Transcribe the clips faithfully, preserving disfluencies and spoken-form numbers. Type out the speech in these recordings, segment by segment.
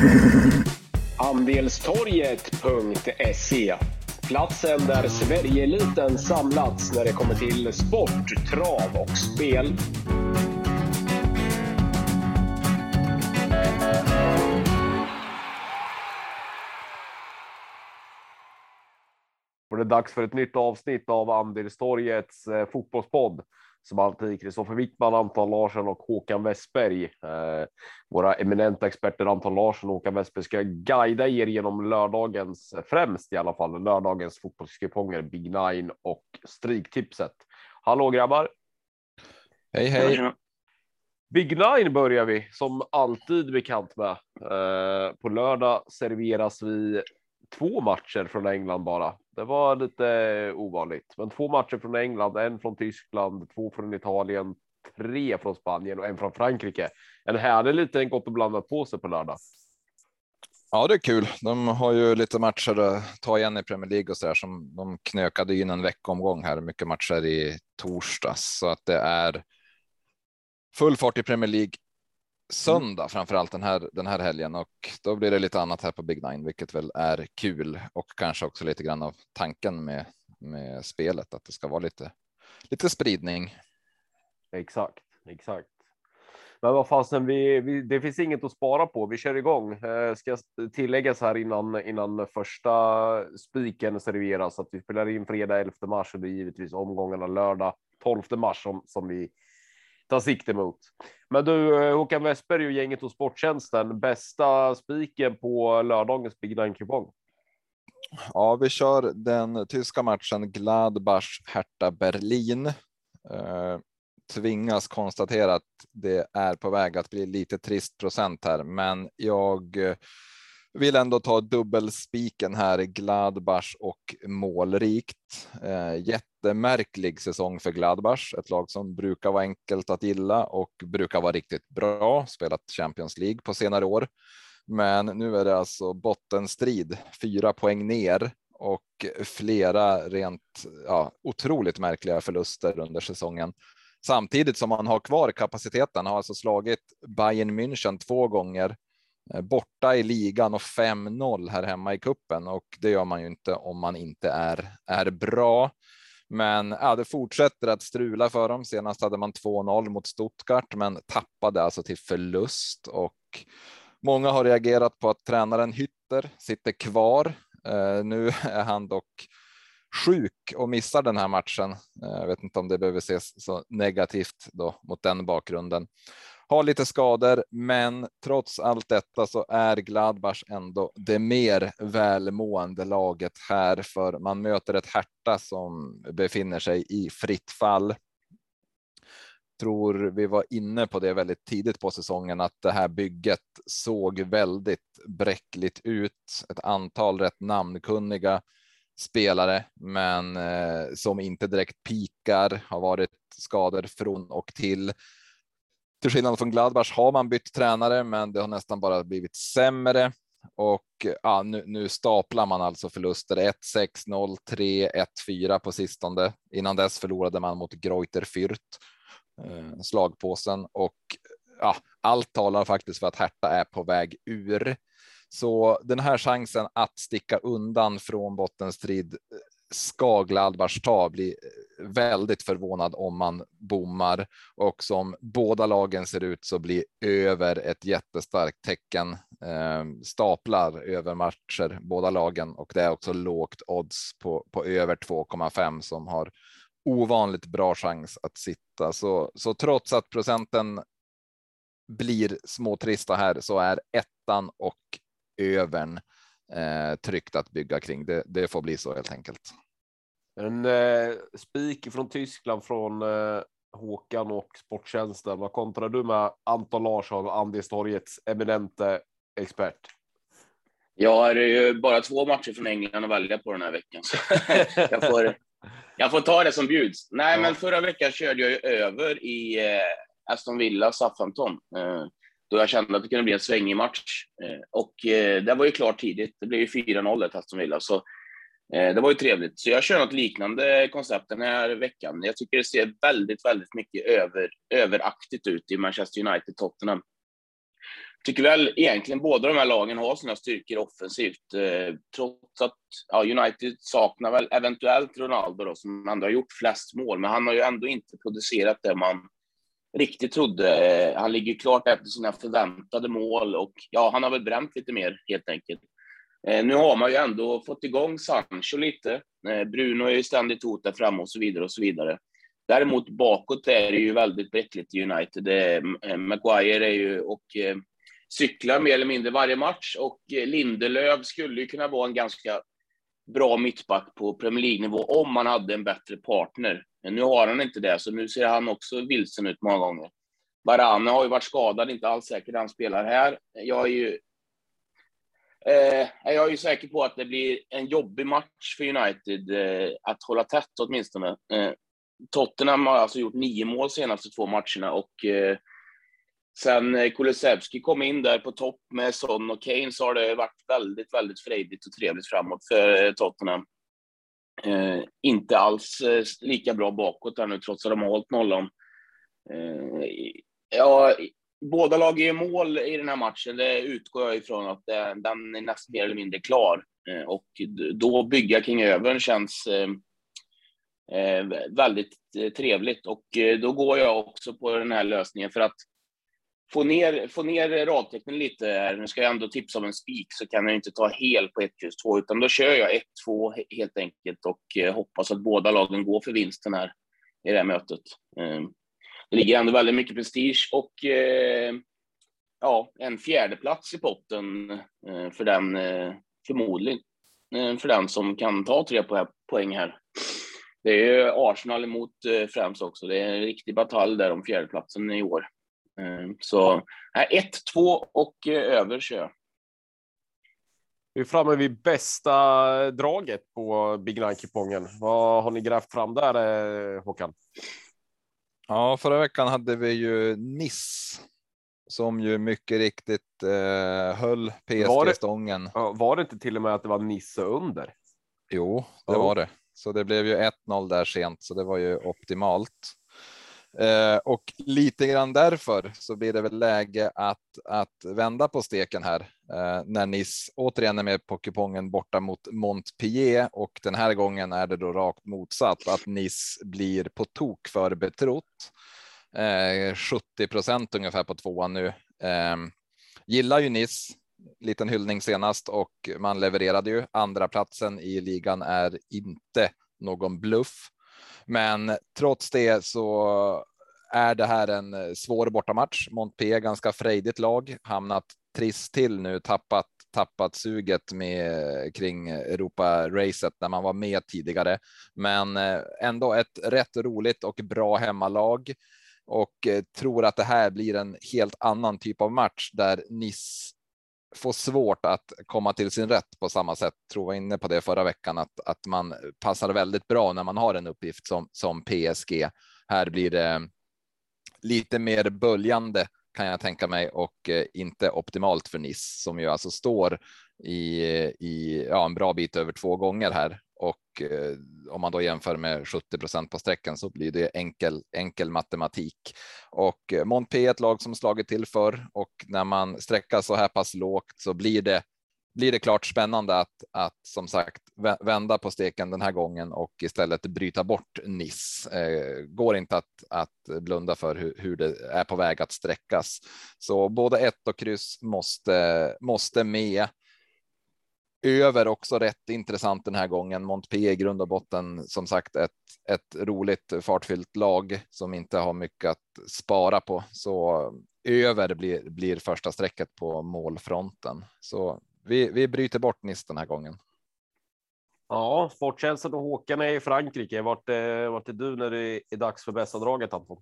Andelstorget punkt se. Platsen där Sverigeeliten samlats när det kommer till sport, trav och spel. Och det är dags för ett nytt avsnitt av Andelstorgets eh, fotbollspodd. Som alltid Kristoffer Wickman, Anton Larsson och Håkan Westberg. Eh, våra eminenta experter Anton Larsson och Håkan Westberg ska guida er genom lördagens, främst i alla fall, lördagens fotbollskuponger, Big Nine och Stryktipset. Hallå grabbar! Hej hej! Big Nine börjar vi som alltid bekant med. Eh, på lördag serveras vi två matcher från England bara. Det var lite ovanligt, men två matcher från England, en från Tyskland, två från Italien, tre från Spanien och en från Frankrike. En härlig liten gott och blandat på sig på lördag. Ja, det är kul. De har ju lite matcher att ta igen i Premier League och så där, som de knökade in en veckomgång här. Mycket matcher i torsdags, så att det är full fart i Premier League söndag, framförallt den här, den här helgen, och då blir det lite annat här på Big Nine, vilket väl är kul och kanske också lite grann av tanken med, med spelet, att det ska vara lite, lite spridning. Exakt, exakt. Men vad fasen, vi, vi, det finns inget att spara på. Vi kör igång. Eh, ska tilläggas här innan, innan första spiken serveras att vi spelar in fredag elfte mars och det är givetvis omgångarna lördag tolfte mars som, som vi ta sikte mot. Men du, Håkan Westberg och gänget hos Sporttjänsten, bästa spiken på lördagens Big Nine-kupong? Ja, vi kör den tyska matchen Gladbach-Hertha Berlin. Eh, tvingas konstatera att det är på väg att bli lite trist procent här, men jag vill ändå ta dubbelspiken här, Gladbach och målrikt. Eh, jättemärklig säsong för Gladbach, ett lag som brukar vara enkelt att gilla och brukar vara riktigt bra, spelat Champions League på senare år. Men nu är det alltså bottenstrid, fyra poäng ner och flera rent ja, otroligt märkliga förluster under säsongen. Samtidigt som man har kvar kapaciteten, har alltså slagit Bayern München två gånger borta i ligan och fem noll här hemma i kuppen, och det gör man ju inte om man inte är, är bra. Men ja, det fortsätter att strula för dem. Senast hade man två noll mot Stuttgart, men tappade alltså till förlust, och många har reagerat på att tränaren Hütter sitter kvar. Eh, nu är han dock sjuk och missar den här matchen. Jag vet inte om det behöver ses så negativt då mot den bakgrunden. Har lite skador, men trots allt detta så är Gladbach ändå det mer välmående laget här, för man möter ett Hertha som befinner sig i fritt fall. Tror vi var inne på det väldigt tidigt på säsongen, att det här bygget såg väldigt bräckligt ut. Ett antal rätt namnkunniga spelare, men eh, som inte direkt pikar, har varit skador från och till. Till skillnad från Gladbach har man bytt tränare, men det har nästan bara blivit sämre. Och ja, nu, nu staplar man alltså förluster ett sex, noll tre, ett fyra på sistone. Innan dess förlorade man mot Greuther Fürth, eh, slagpåsen. Och ja, allt talar faktiskt för att Hertha är på väg ur. Så den här chansen att sticka undan från bottenstrid ska Gladbach ta, bli väldigt förvånad om man bommar, och som båda lagen ser ut så blir över ett jättestarkt tecken, eh, staplar över matcher båda lagen, och det är också lågt odds på, på över två komma fem som har ovanligt bra chans att sitta. Så, så trots att procenten blir småtrista här, så är ettan och övern eh, tryckt att bygga kring. Det, det får bli så helt enkelt. En eh, spik från Tyskland från eh, Håkan och Sporttjänsten. Vad kontrar du med, Anton Larsson, Andelstorgets eminente expert? Jag har ju bara två matcher från England att välja på den här veckan. Så jag, får, jag får ta det som bjuds. Nej, ja. Men förra veckan körde jag ju över i eh, Aston Villa Southampton. Eh, då jag kände att det kunde bli en svängig match. Eh, och eh, det var ju klart tidigt. Det blev ju fyra noll till Aston Villa. Så eh, det var ju trevligt. Så jag kör något liknande koncept den här veckan. Jag tycker det ser väldigt, väldigt mycket över, överaktigt ut i Manchester United Tottenham. tycker väl egentligen båda de här lagen har sina styrkor offensivt. Eh, trots att ja, United saknar väl eventuellt Ronaldo då, som ändå har gjort flest mål. Men han har ju ändå inte producerat det man riktigt trodde. Eh, han ligger klart efter sina förväntade mål. Och ja, han har väl bränt lite mer helt enkelt. Eh, nu har man ju ändå fått igång Sancho lite. Eh, Bruno är ju ständigt hot där framme och så vidare och så vidare. Däremot bakåt är det ju väldigt bräckligt i United. Eh, Maguire är ju och... Eh, cyklar mer eller mindre varje match, och Lindelöf skulle ju kunna vara en ganska bra mittback på Premier League-nivå om man hade en bättre partner. Men nu har han inte det, så nu ser han också vilsen ut många gånger. Varane har ju varit skadad, inte alls säker han spelar här. Jag är ju eh, jag är ju säker på att det blir en jobbig match för United eh, att hålla tätt åtminstone. Eh, Tottenham har alltså gjort nio mål senaste två matcherna, och eh, sen Kulusevski kom in där på topp med Son och Kane, så har det varit väldigt, väldigt frejdigt och trevligt framåt för Tottenham. Eh, inte alls eh, lika bra bakåt där nu, trots att de har hållit nollan. Eh, ja, båda lag är mål i den här matchen. Det utgår jag ifrån att det, den är nästan mer eller mindre klar. Eh, och då bygga kring övern känns eh, eh, väldigt eh, trevligt. Och eh, då går jag också på den här lösningen för att Få ner, få ner radtecknen lite här. Nu ska jag ändå tipsa om en spik, så kan jag inte ta hel på ett plus två, utan då kör jag ett två helt enkelt och eh, hoppas att båda lagen går för vinsten här i det här mötet. Eh, det ligger ändå väldigt mycket prestige och eh, ja, en fjärde plats i potten eh, för den eh, förmodligen eh, för den som kan ta tre poäng här. Det är ju Arsenal emot eh, främst också. Det är en riktig batalj där om fjärdeplatsen i år. Så ett, två och över kör. Vi är framme vid bästa draget på Big Nine-kupongen. Vad har ni grävt fram där, Håkan? Ja, förra veckan hade vi ju Nice som ju mycket riktigt eh, höll P S G-stången. Var, var det inte till och med att det var Nice under? Jo, det oh. var det. Så det blev ju ett noll där sent, så det var ju optimalt. Eh, och lite grann därför så blir det väl läge att, att vända på steken här eh, när Nice återigen är med på kupongen borta mot Montpellier, och den här gången är det då rakt motsatt, att Nice blir på tok för betrott. Eh, sjuttio procent ungefär på tvåan nu. Eh, gillar ju Nice, liten hyllning senast, och man levererade ju. Andra platsen i ligan är inte någon bluff. Men trots det så är det här en svår bortamatch. Montpellier ganska frejdigt lag, hamnat trist till nu, tappat, tappat suget med, kring Europa-racet när man var med tidigare. Men ändå ett rätt roligt och bra hemmalag, och tror att det här blir en helt annan typ av match där Nice får svårt att komma till sin rätt på samma sätt. Tror jag var inne på det förra veckan, att, att man passar väldigt bra när man har en uppgift som, som P S G. Här blir det lite mer böljande kan jag tänka mig, och eh, inte optimalt för Nice som ju alltså står i, i ja, en bra bit över två gånger här. Och eh, om man då jämför med sjuttio procent på sträckan så blir det enkel, enkel matematik. Och eh, Montpellier är ett lag som slagit till för, och när man sträckar så här pass lågt så blir det, blir det klart spännande att, att som sagt vända på steken den här gången och istället bryta bort Nice. Eh, går inte att, att blunda för hur, hur det är på väg att sträckas. Så både ett och kryss måste, måste med. Över också rätt intressant den här gången. Montpellier i grund och botten som sagt ett, ett roligt fartfyllt lag som inte har mycket att spara på. Så över blir, blir första strecket på målfronten. Så vi, vi bryter bort Nice den här gången. Ja, Sportkänslan och Håkan är i Frankrike. Vart är, vart är du när det är dags för bästa draget, Anton?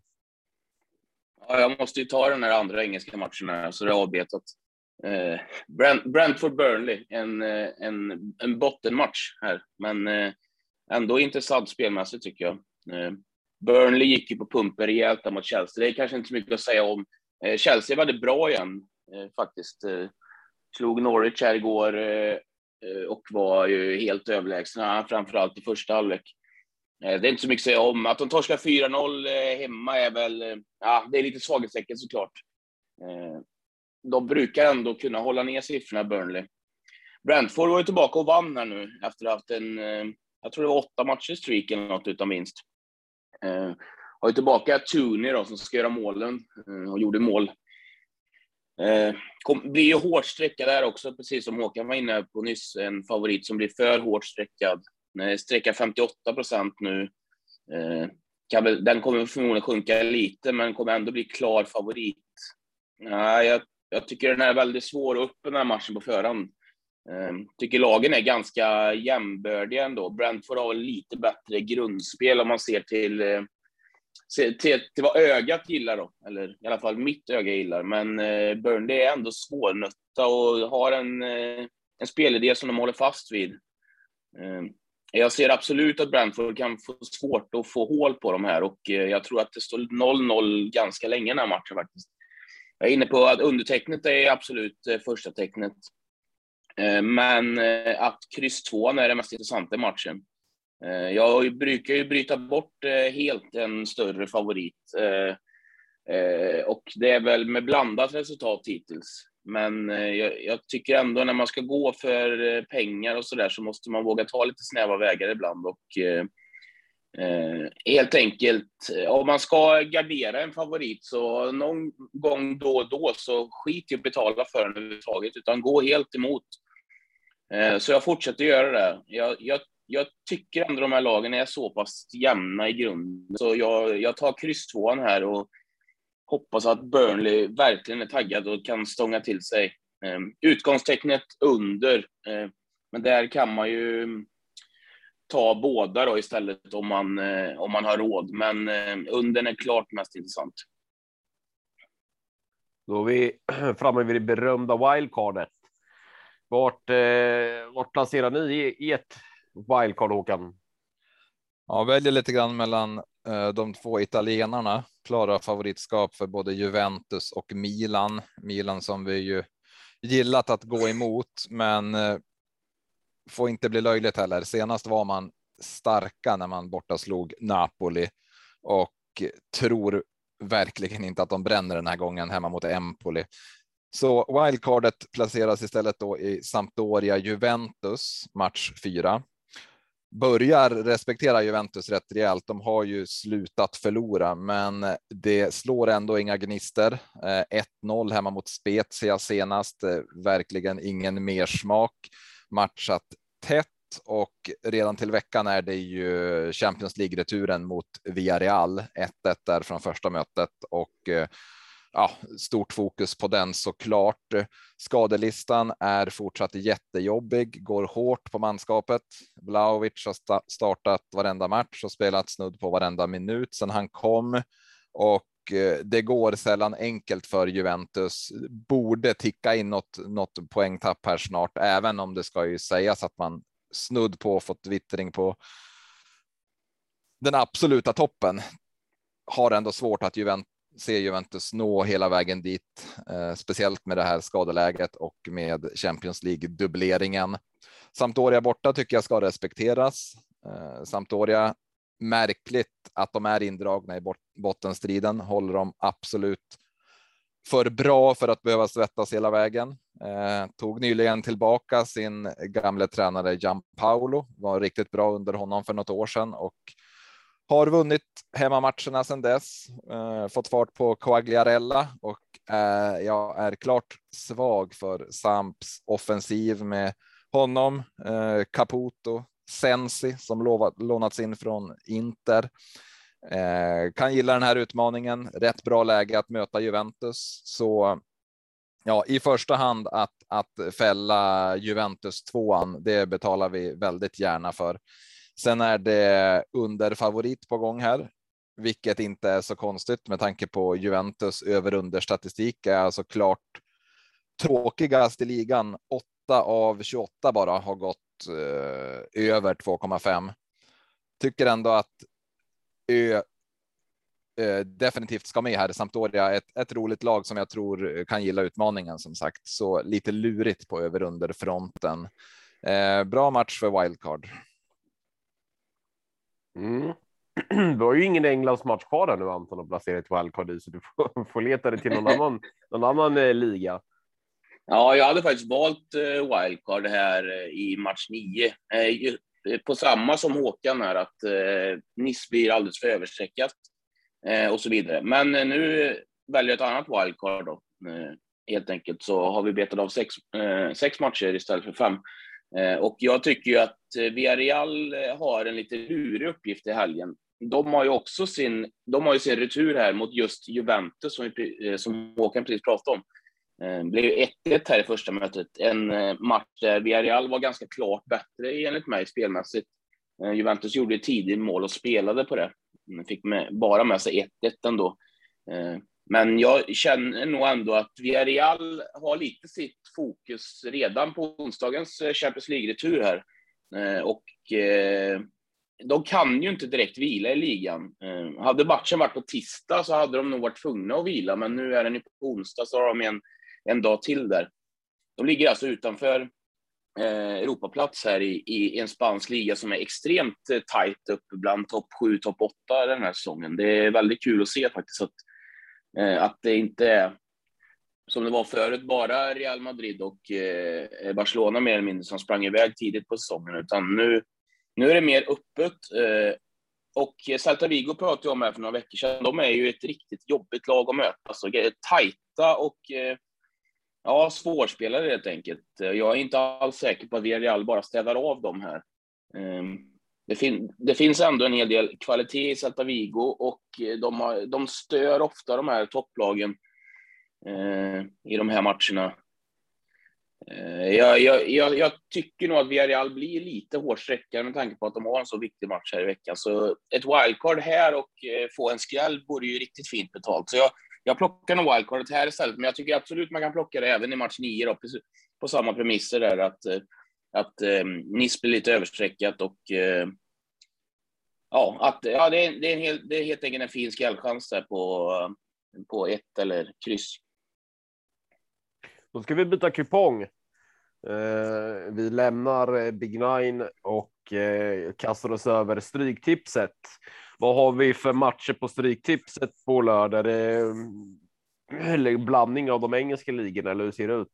Ja, jag måste ju ta den här andra engelska matchen här, så det är avbetat. Eh, Brentford Burnley, en, en, en bottenmatch här, men eh, ändå intressant spelmässigt tycker jag. Eh, Burnley gick ju på pumper rejält mot Chelsea. Det är kanske inte så mycket att säga om. Eh, Chelsea var det bra igen eh, faktiskt. Eh, slog Norwich här igår eh, och var ju helt överlägsna, framförallt i första halvlek. Eh, det är inte så mycket att säga om. Att de torskar fyra noll eh, hemma är väl, eh, ja, det är lite svaghetstecken såklart. Eh, de brukar ändå kunna hålla ner siffrorna, Burnley. Brentford var ju tillbaka och vann här nu efter att ha haft en, jag tror det var åtta matcher streak eller något utan minst. Eh, har ju tillbaka Tooney då, som ska göra målen eh, och gjorde mål. Eh, kom, blir ju hårt sträckad där också, precis som Håkan var inne på nyss. En favorit som blir för hårt sträckad. Eh, sträckar femtioåtta procent nu. Eh, kan väl, den kommer förmodligen sjunka lite, men kommer ändå bli klar favorit. Ja, jag, jag tycker den är väldigt svår upp den här matchen på förhand. Eh, tycker lagen är ganska jämbördiga ändå. Brentford har lite bättre grundspel om man ser till, eh, ser till, till vad ögat gillar då. Eller i alla fall mitt öga gillar. Men eh, Burnley är ändå svårnötta och har en, eh, en spelidé som de håller fast vid. Eh, jag ser absolut att Brentford kan få svårt att få hål på dem här. Och eh, jag tror att det står noll noll ganska länge den här matchen faktiskt. Jag är inne på att undertecknet är absolut eh, första tecknet. Men att kryss två är det mest intressanta i matchen. Jag brukar ju bryta bort helt en större favorit. Och det är väl med blandat resultat hittills. Men jag, jag tycker ändå när man ska gå för pengar och sådär så måste man våga ta lite snäva vägar ibland. Och eh, helt enkelt, om man ska gardera en favorit så någon gång då och då så skit i att betala för den överhuvudtaget, utan gå helt emot. Så jag fortsätter göra det. Jag, jag, jag tycker ändå de här lagen är så pass jämna i grunden. Så jag, jag tar kryss tvåan här och hoppas att Burnley verkligen är taggad och kan stånga till sig. Utgångstecknet under. Men där kan man ju ta båda då istället om man, om man har råd. Men under är klart mest intressant. Då är vi framme vid det berömda wildcardet. Vart, eh, vart placerar ni i, i ett wildcard, Håkan? Ja, väljer lite grann mellan eh, de två italienarna. Klara favoritskap för både Juventus och Milan. Milan som vi ju gillat att gå emot, men eh, får inte bli löjligt heller. Senast var man starka när man borta slog Napoli och tror verkligen inte att de bränner den här gången hemma mot Empoli. Så wildcardet placeras istället då i Sampdoria Juventus match fyra. Börjar respektera Juventus rätt rejält. De har ju slutat förlora, men det slår ändå inga gnister. ett noll hemma mot Spezia senast. Verkligen ingen mer smak. Matchat tätt och redan till veckan är det ju Champions League-returen mot Villarreal. ett ett där från första mötet och ja, stort fokus på den såklart. Skadelistan är fortsatt jättejobbig, går hårt på manskapet. Vlahovic har startat varenda match och spelat snudd på varenda minut sedan han kom. Och det går sällan enkelt för Juventus. Borde ticka in något, något poängtapp här snart, även om det ska ju sägas att man snudd på fått vittring på den absoluta toppen. Har ändå svårt att Juventus ser Juventus nå hela vägen dit, eh, speciellt med det här skadeläget och med Champions League-dubbleringen. Sampdoria borta tycker jag ska respekteras. Eh, Sampdoria, märkligt att de är indragna i bot- bottenstriden, håller de absolut för bra för att behöva svettas hela vägen. Eh, tog nyligen tillbaka sin gamla tränare Gianpaolo, var riktigt bra under honom för något år sedan och har vunnit hemmamatcherna sedan dess, eh, fått fart på Quagliarella och eh, jag är klart svag för Samps offensiv med honom, eh, Caputo, Sensi som lovat, lånats in från Inter. Eh, kan gilla den här utmaningen, rätt bra läge att möta Juventus, så ja, i första hand att, att fälla Juventus tvåan, det betalar vi väldigt gärna för. Sen är det underfavorit på gång här, vilket inte är så konstigt med tanke på Juventus över-under-statistik är alltså klart tråkigast i ligan. åtta av tjugoåtta bara har gått eh, över två komma fem. Tycker ändå att Ö eh, definitivt ska med här. Sampdoria ett, ett roligt lag som jag tror kan gilla utmaningen som sagt. Så lite lurigt på över-under-fronten. Eh, bra match för wildcard. Mm. Du har ju ingen Englands match kvar där nu, Anton, att placera ett wildcard i, så du får, får leta dig till någon annan, någon annan eh, liga. Ja, jag hade faktiskt valt wildcard här i match nio. På samma som Håkan här, att Nice blir alldeles för överstreckat och så vidare. Men nu väljer jag ett annat wildcard då. Helt enkelt så har vi betat av sex, sex matcher istället för fem. Och jag tycker ju att Villarreal har en lite lurig uppgift i helgen. De har ju också sin, de har ju sin retur här mot just Juventus som, vi, som Håkan precis pratade om. Det blev ju ett ett här i första mötet. En match där Villarreal var ganska klart bättre enligt mig spelmässigt. Juventus gjorde ett tidigt mål och spelade på det. Fick med, bara med sig ett ett ändå. Men jag känner nog ändå att Villarreal har lite sitt fokus redan på onsdagens Champions League-retur här. Och de kan ju inte direkt vila i ligan. Hade matchen varit på tisdag så hade de nog varit tvungna att vila. Men nu är den ju på onsdag, så har de en, en dag till där. De ligger alltså utanför eh, Europaplats här i, i en spansk liga som är extremt eh, tajt upp bland topp sju, topp åtta den här säsongen. Det är väldigt kul att se faktiskt att, eh, att det inte är som det var förut, bara Real Madrid och eh, Barcelona mer eller mindre som sprang iväg tidigt på säsongen, utan nu, nu är det mer öppet. Eh, och Celta Vigo pratade jag om här för några veckor sedan. De är ju ett riktigt jobbigt lag att möta. Alltså, tajta och eh, ja, svårspelare helt enkelt. Jag är inte alls säker på att Villarreal bara städar av dem här. Eh, det, fin- det finns ändå en hel del kvalitet i Celta Vigo, och de, har, de stör ofta de här topplagen eh, i de här matcherna. Jag, jag, jag, jag tycker nog att Villarreal blir lite hårdsträckare med tanke på att de har en så viktig match här i veckan. Så ett wildcard här och få en skräll vore ju riktigt fint betalt. Så jag, jag plockar nog wildcardet här istället. Men jag tycker absolut man kan plocka det även i match nio då, på samma premisser där. Att, att um, Nice blir lite översträckat och uh, ja, att, ja det, är, det, är en hel, det är helt enkelt en fin skrällchans där på, uh, på ett eller kryss. Då ska vi byta kupong. Eh, vi lämnar Big Nine och eh, kastar oss över stryktipset. Vad har vi för matcher på stryktipset på lördag? Det är en blandning av de engelska ligorna, eller hur ser det ut?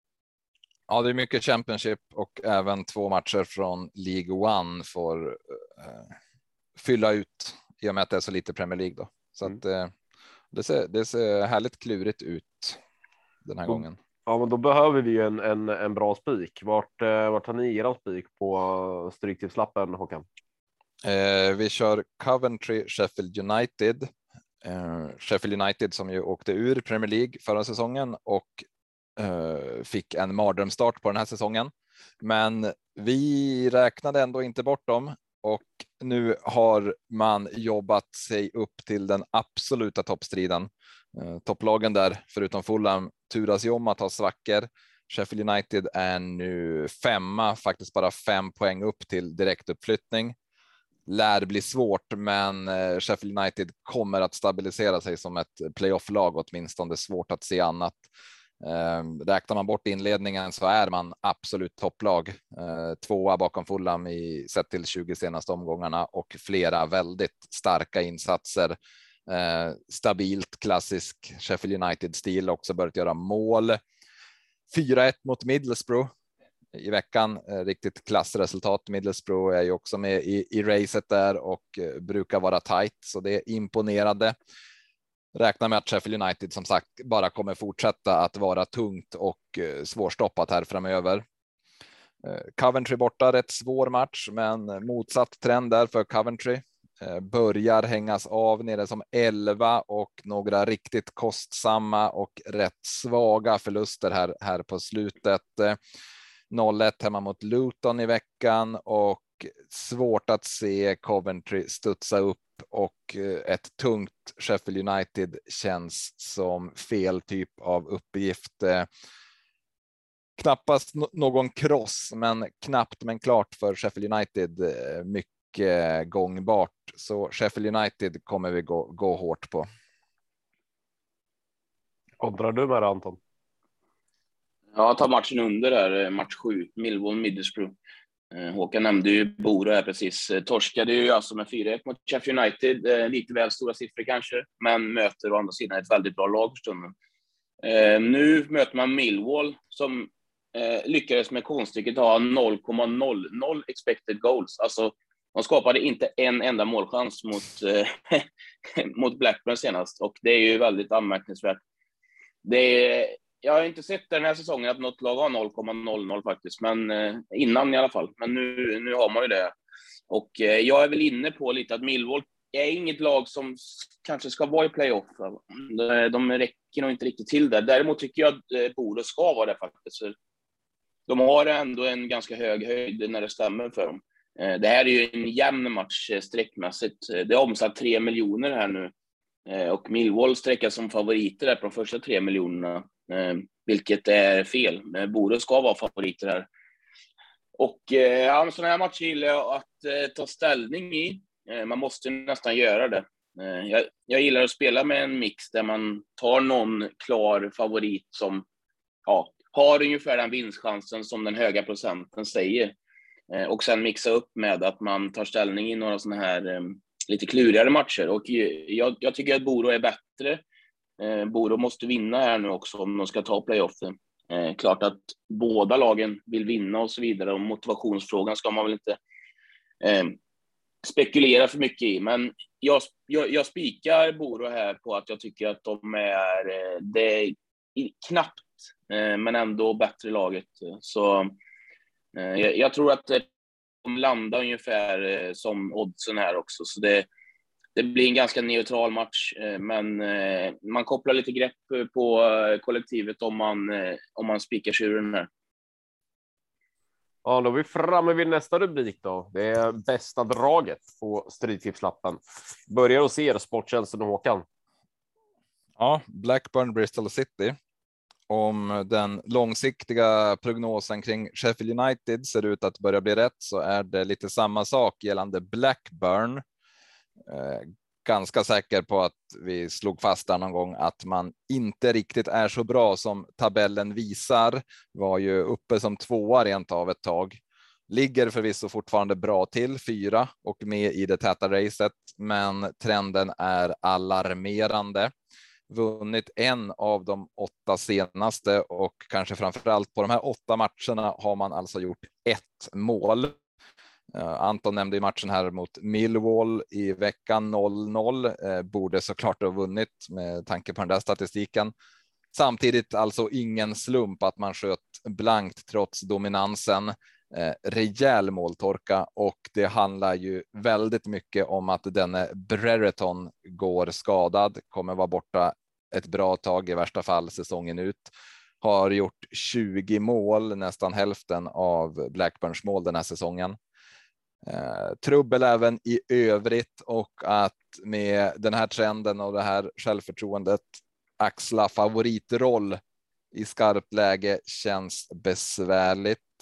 Ja, det är mycket Championship och även två matcher från League One får eh, fylla ut i och med att det är så lite Premier League då. Så mm. att eh, det ser, det ser härligt klurigt ut den här mm. gången. Ja, men då behöver vi en, en, en bra spik. Vart, vart har ni er spik på stryktipslappen, Håkan? Eh, vi kör Coventry, Sheffield United. Eh, Sheffield United som ju åkte ur Premier League förra säsongen och eh, fick en mardrömstart på den här säsongen. Men vi räknade ändå inte bort dem, och nu har man jobbat sig upp till den absoluta toppstriden. Eh, topplagen där, förutom Fulham, turas ju om att ha svackor. Sheffield United är nu femma, faktiskt bara fem poäng upp till direktuppflyttning. Lär bli svårt, men eh, Sheffield United kommer att stabilisera sig som ett playoff-lag åtminstone. Det är svårt att se annat. Eh, räknar man bort inledningen så är man absolut topplag. Eh, tvåa bakom Fulham i sett till tjugo senaste omgångarna, och flera väldigt starka insatser. Eh, stabilt klassisk Sheffield United-stil, också börjat göra mål. fyra ett mot Middlesbrough i veckan, eh, riktigt klassresultat. Middlesbrough är ju också med i, i racet där och eh, brukar vara tight, så det är imponerande. Räknar med att Sheffield United som sagt bara kommer fortsätta att vara tungt och eh, svårstoppat här framöver. Eh, Coventry borta, rätt svår match, men motsatt trend där för Coventry. Börjar hängas av nere som elva, och några riktigt kostsamma och rätt svaga förluster här, här på slutet. noll ett hemma mot Luton i veckan, och svårt att se Coventry studsa upp, och ett tungt Sheffield United känns som fel typ av uppgift. Knappast någon kross, men knappt men klart för Sheffield United. Mycket gångbart, så Sheffield United kommer vi gå, gå hårt på. Kontrar du med det, Anton? Ja, ta matchen under där, match sju, Millwall Middlesbrough. Eh, Håkan nämnde ju Boro här precis. Torskade ju alltså med fyra ett mot Sheffield United. Eh, lite väl stora siffror kanske, men möter å andra sidan ett väldigt bra lag för stunden. Eh, nu möter man Millwall som eh, lyckades med konststycket ha noll komma noll noll expected goals. Alltså, de skapade inte en enda målchans mot, eh, mot Blackburn senast. Och det är ju väldigt anmärkningsvärt. Det är, jag har inte sett den här säsongen att något lag har noll komma noll noll faktiskt. Men eh, innan i alla fall. Men nu, nu har man ju det. Och eh, jag är väl inne på lite att Millwall är inget lag som kanske ska vara i playoff. De räcker nog inte riktigt till där. Däremot tycker jag att Bodo ska vara det faktiskt. De har ändå en ganska hög höjd när det stämmer för dem. Det här är ju en jämn match sträckmässigt. Det är omsatt tre miljoner här nu. Och Millwall sträckas som favoriter där på de första tre miljonerna. Vilket är fel. Bodo ska vara favoriter här. Och ja, sådana här matcher gillar jag att ta ställning i. Man måste nästan göra det. Jag, jag gillar att spela med en mix där man tar någon klar favorit som ja, har ungefär den vinstchansen som den höga procenten säger. Och sen mixa upp med att man tar ställning i några sådana här lite klurigare matcher. Och jag, jag tycker att Bodo är bättre. Bodo måste vinna här nu också om de ska ta playoffen. Klart att båda lagen vill vinna och så vidare. Och motivationsfrågan ska man väl inte spekulera för mycket i, men jag, jag, jag spikar Bodo här på att jag tycker att de är det är knappt men ändå bättre laget. Så jag, jag tror att de landar ungefär som oddsen här också, så det, det blir en ganska neutral match, men man kopplar lite grepp på kollektivet om man, om man spikar tjuren här. Ja, då är vi framme vid nästa rubrik då. Det är bästa draget på Stryktipslappen. Börjar hos er, Sporttjänsten och Håkan. Ja, Blackburn Bristol City. Om den långsiktiga prognosen kring Sheffield United ser ut att börja bli rätt, så är det lite samma sak gällande Blackburn. Eh, ganska säker på att vi slog fast där någon gång att man inte riktigt är så bra som tabellen visar. Var ju uppe som tvåa rent av ett tag. Ligger förvisso fortfarande bra till, fyra och med i det täta racet, men trenden är alarmerande. Vunnit en av de åtta senaste och kanske framförallt på de här åtta matcherna har man alltså gjort ett mål. Uh, Anton nämnde i matchen här mot Millwall i veckan noll noll. Uh, borde såklart ha vunnit med tanke på den där statistiken. Samtidigt alltså ingen slump att man sköt blankt trots dominansen. Uh, rejäl måltorka, och det handlar ju väldigt mycket om att denne Brereton går skadad. Kommer vara borta ett bra tag, i värsta fall säsongen ut. Har gjort tjugo mål, nästan hälften av Blackburns mål den här säsongen. Eh, trubbel även i övrigt, och att med den här trenden och det här självförtroendet axla favoritroll i skarpt läge känns besvärligt.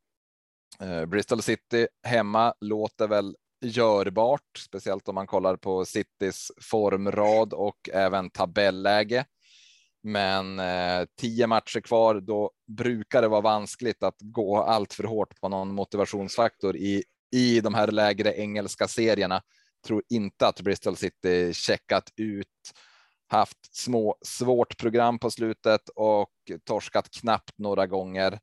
Eh, Bristol City hemma låter väl görbart, speciellt om man kollar på Citys formrad och även tabelläge. Men eh, tio matcher kvar, då brukar det vara vanskligt att gå allt för hårt på någon motivationsfaktor i i de här lägre engelska serierna. Tror inte att Bristol City checkat ut, haft små svårt program på slutet och torskat knappt några gånger.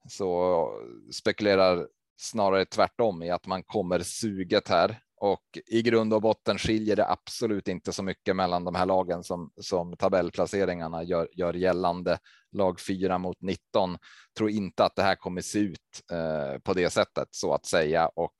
Så spekulerar snarare tvärtom i att man kommer suget här, och i grund och botten skiljer det absolut inte så mycket mellan de här lagen som, som tabellplaceringarna gör, gör gällande. Lag fyra mot nitton. Tror inte att det här kommer se ut eh, på det sättet, så att säga, och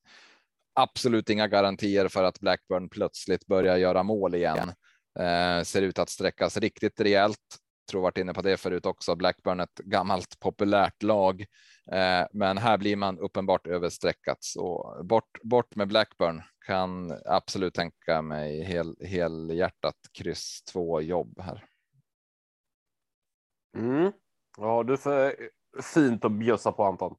absolut inga garantier för att Blackburn plötsligt börjar göra mål igen. Eh, ser ut att sträckas riktigt rejält. Tror varit inne på det förut också. Blackburn ett gammalt populärt lag, eh, men här blir man uppenbart översträckat, så bort, bort med Blackburn. Kan absolut tänka mig hel, helhjärtat kryss två jobb här. Mm. Ja, du får fint att bjössa på, Anton.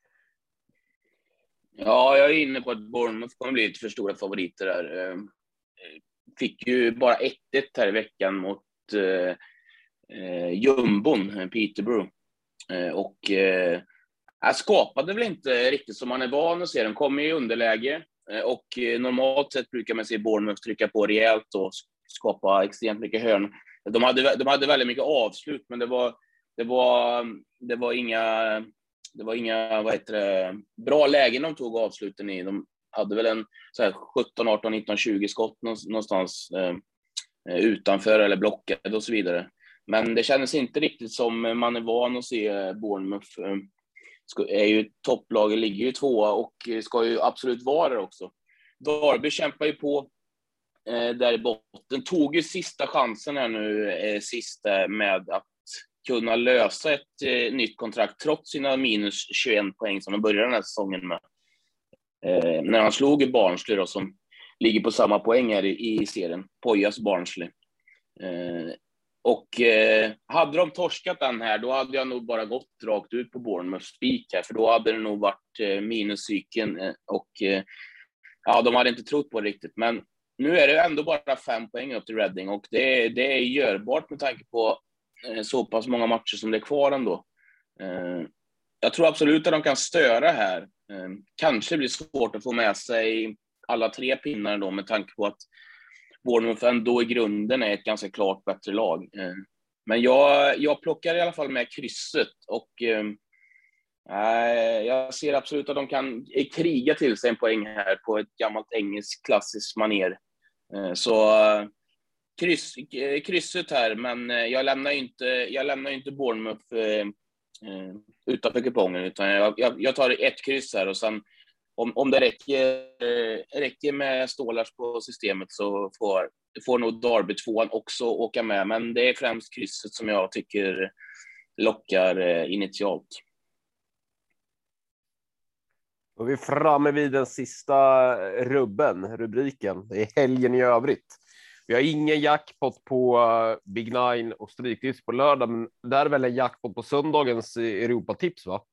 Ja, jag är inne på att Bournemouth kommer bli lite för stora favoriter där. Fick ju bara ett ett här i veckan mot eh, Jumbon, Peterborough. Eh, och eh, jag skapade väl inte riktigt som man är van att se. De kommer i underläge. Eh, och eh, normalt sett brukar man se Bournemouth trycka på rejält och skapa extremt mycket hörn. De hade, de hade väldigt mycket avslut, men det var, det var, det var inga, det var inga, vad heter det, bra lägen de tog avsluten i. De hade väl en så här sjutton, arton, nitton, tjugo skott någonstans eh, utanför eller blockade och så vidare. Men det kändes inte riktigt som man är van att se Bournemouth. Är ju topplaget, ligger ju tvåa och ska ju absolut vara där också. Derby kämpar ju på eh, där i botten. Tog ju sista chansen här nu eh, sista med att kunna lösa ett eh, nytt kontrakt trots sina minus tjugoett poäng som de började den här säsongen med. Eh, när han slog i Barnsley då, som ligger på samma poäng här i, i serien. Pojas Barnsley. Eh, och eh, hade de torskat den här, då hade jag nog bara gått rakt ut på Bournemouth spik här, för då hade det nog varit eh, minuscykeln eh, och eh, ja, de hade inte trott på det riktigt. Men nu är det ändå bara fem poäng upp till Reading och det, det är görbart med tanke på eh, så pass många matcher som det är kvar ändå. Eh, jag tror absolut att de kan störa här. Eh, kanske blir svårt att få med sig alla tre pinnar då, med tanke på att Bournemouth ändå i grunden är ett ganska klart bättre lag. Men jag, jag plockar i alla fall med krysset och eh, jag ser absolut att de kan kriga till sig en poäng här på ett gammalt engelskt klassiskt manér. Eh, så kryss, krysset här, men jag lämnar inte, jag lämnar inte Bournemouth eh, utanför kupongen, utan jag, jag, jag tar ett kryss här och sen Om, om det räcker, eh, räcker med stålars på systemet så får, får nog Derby tvåan också åka med. Men det är främst krysset som jag tycker lockar eh, initialt. Och vi är framme vid den sista rubben, rubriken. Det är helgen i övrigt. Vi har ingen jackpot på uh, Big Nine och Stryktipps på lördag, men där är väl en jackpot på söndagens Europatips, va?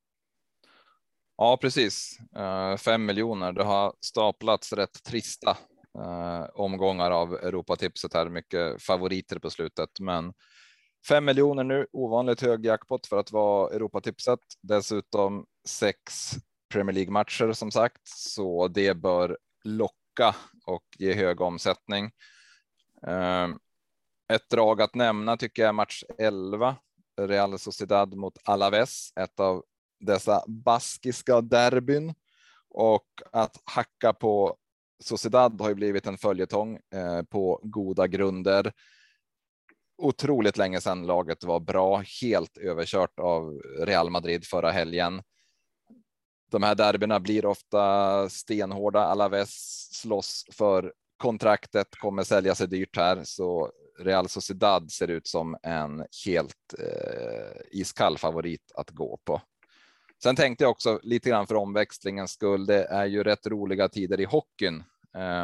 Ja, precis. Uh, fem miljoner. Det har staplats rätt trista uh, omgångar av Europatipset här. Mycket favoriter på slutet, men fem miljoner nu. Ovanligt hög jackpot för att vara Europatipset. Dessutom sex Premier League-matcher som sagt, så det bör locka och ge hög omsättning. Uh, ett drag att nämna tycker jag match elva. Real Sociedad mot Alaves. Ett av dessa baskiska derbyn, och att hacka på Sociedad har ju blivit en följetong eh, på goda grunder. Otroligt länge sedan laget var bra, helt överkört av Real Madrid förra helgen. De här derbyna blir ofta stenhårda. Alaves slåss för kontraktet, kommer sälja sig dyrt här, så Real Sociedad ser ut som en helt eh, iskall favorit att gå på. Sen tänkte jag också lite grann för omväxlingens skull. Det är ju rätt roliga tider i hockeyn. Eh,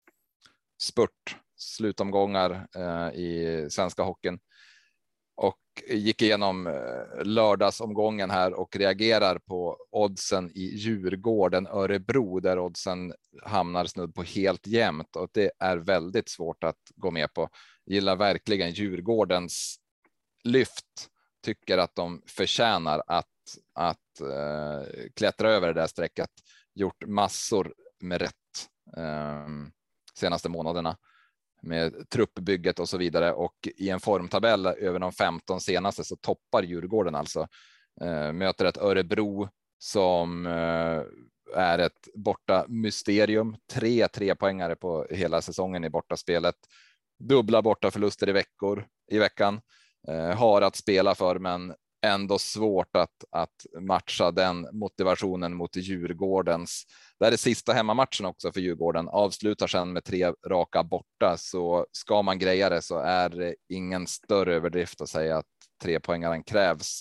spurt, slutomgångar eh, i svenska hockeyn. Och gick igenom eh, lördagsomgången här och reagerar på oddsen i Djurgården, Örebro, där oddsen hamnar snudd på helt jämnt. Och det är väldigt svårt att gå med på. Gillar verkligen Djurgårdens lyft. Tycker att de förtjänar att att eh, klättra över det där strecket. Gjort massor med rätt eh, senaste månaderna med truppbygget och så vidare, och i en formtabell över de femton senaste så toppar Djurgården alltså. Eh, möter ett Örebro som eh, är ett borta mysterium. Tre tre poängare på hela säsongen i bortaspelet. Dubbla borta förluster i veckor i veckan. Eh, har att spela för, men ändå svårt att, att matcha den motivationen mot Djurgårdens. Det är det sista hemmamatchen också för Djurgården. Avslutar sedan med tre raka borta, så ska man greja det så är det ingen större överdrift att säga att tre poängaren krävs.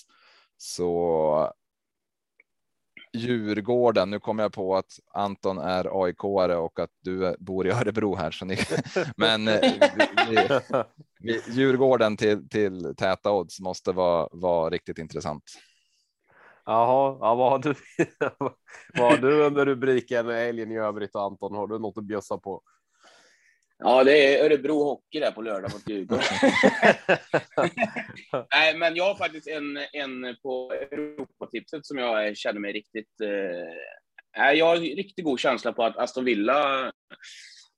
Så Djurgården, nu kommer jag på att Anton är A I K-are och att du bor i Örebro här, så ni, men vi, vi, Djurgården till, till täta odds måste vara, vara riktigt intressant. Jaha, ja, vad har du, vad har du under rubriken helgen i övrigt, Anton? Har du något att bjössa på? Ja, det är Örebro Hockey där på lördag mot Djurgården. Nej, men jag har faktiskt en, en på Europatipset som jag känner mig riktigt... Eh, jag har riktigt god känsla på att Aston Villa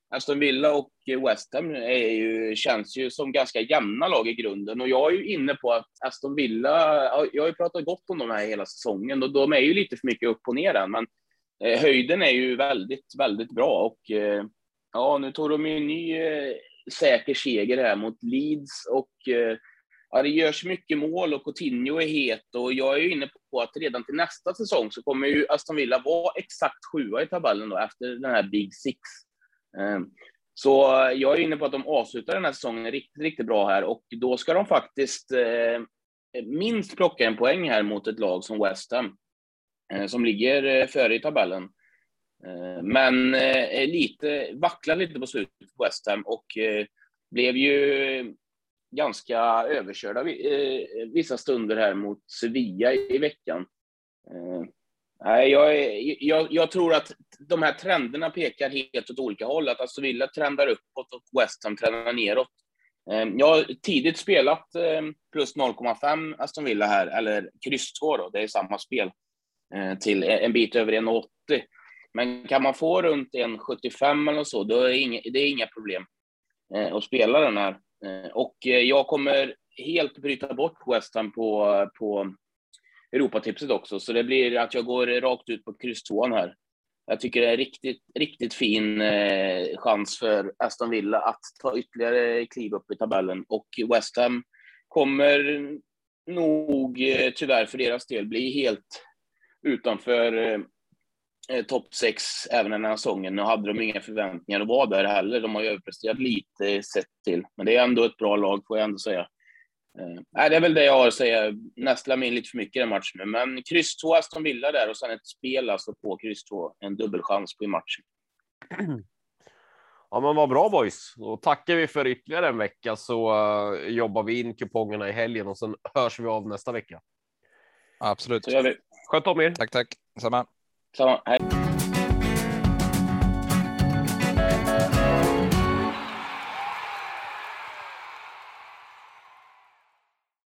Aston Villa och West Ham är ju, känns ju som ganska jämna lag i grunden. Och jag är ju inne på att Aston Villa, jag har ju pratat gott om de här hela säsongen, och de är ju lite för mycket upp och ner än, men eh, höjden är ju väldigt, väldigt bra. Och eh, ja, nu tog de ju en ny eh, säker seger här mot Leeds, och eh, ja, det görs mycket mål och Coutinho är het, och jag är ju inne på att redan till nästa säsong så kommer ju Aston Villa vara exakt sjua i tabellen då, efter den här Big Six. Så jag är inne på att de avslutar den här säsongen riktigt, riktigt bra här, och då ska de faktiskt eh, minst plocka en poäng här mot ett lag som West Ham, eh, som ligger före i tabellen. Eh, men eh, lite, vacklar lite på slutet på West Ham, och eh, blev ju ganska överkörda eh, vissa stunder här mot Sevilla i, i veckan. Eh, Nej, jag, jag, jag tror att de här trenderna pekar helt åt olika håll. Att Aston Villa trendar uppåt och West Ham trendar neråt. Jag har tidigt spelat plus noll komma fem Aston Villa här, eller kryss två då, det är samma spel, till en bit över en komma åttio. Men kan man få runt en komma sjuttiofem eller så, då är det inga, det är inga problem att spela den här. Och jag kommer helt bryta bort West Ham på... på Europatipset också, så det blir att jag går rakt ut på kryss tvåan här. Jag tycker det är riktigt, riktigt fin eh, chans för Aston Villa att ta ytterligare kliv upp i tabellen, och West Ham kommer nog eh, tyvärr för deras del bli helt utanför eh, topp sex även den här säsongen. Nu hade de inga förväntningar att vara där heller, de har ju överpresterat lite sett till, men det är ändå ett bra lag, får jag ändå säga. Nej, det är väl det jag har att säga. Nästlar mig in lite för mycket i den matchen nu. Men kryss två Aston Villa där, och sen ett spel alltså på kryss två. En dubbelchans på i matchen. Ja, men vad bra boys. Då tackar vi för ytterligare en vecka, så uh, jobbar vi in kupongerna i helgen, och sen hörs vi av nästa vecka. Absolut. Så gör vi. Sköt om er. Tack, tack. Samma. Samma. Hej.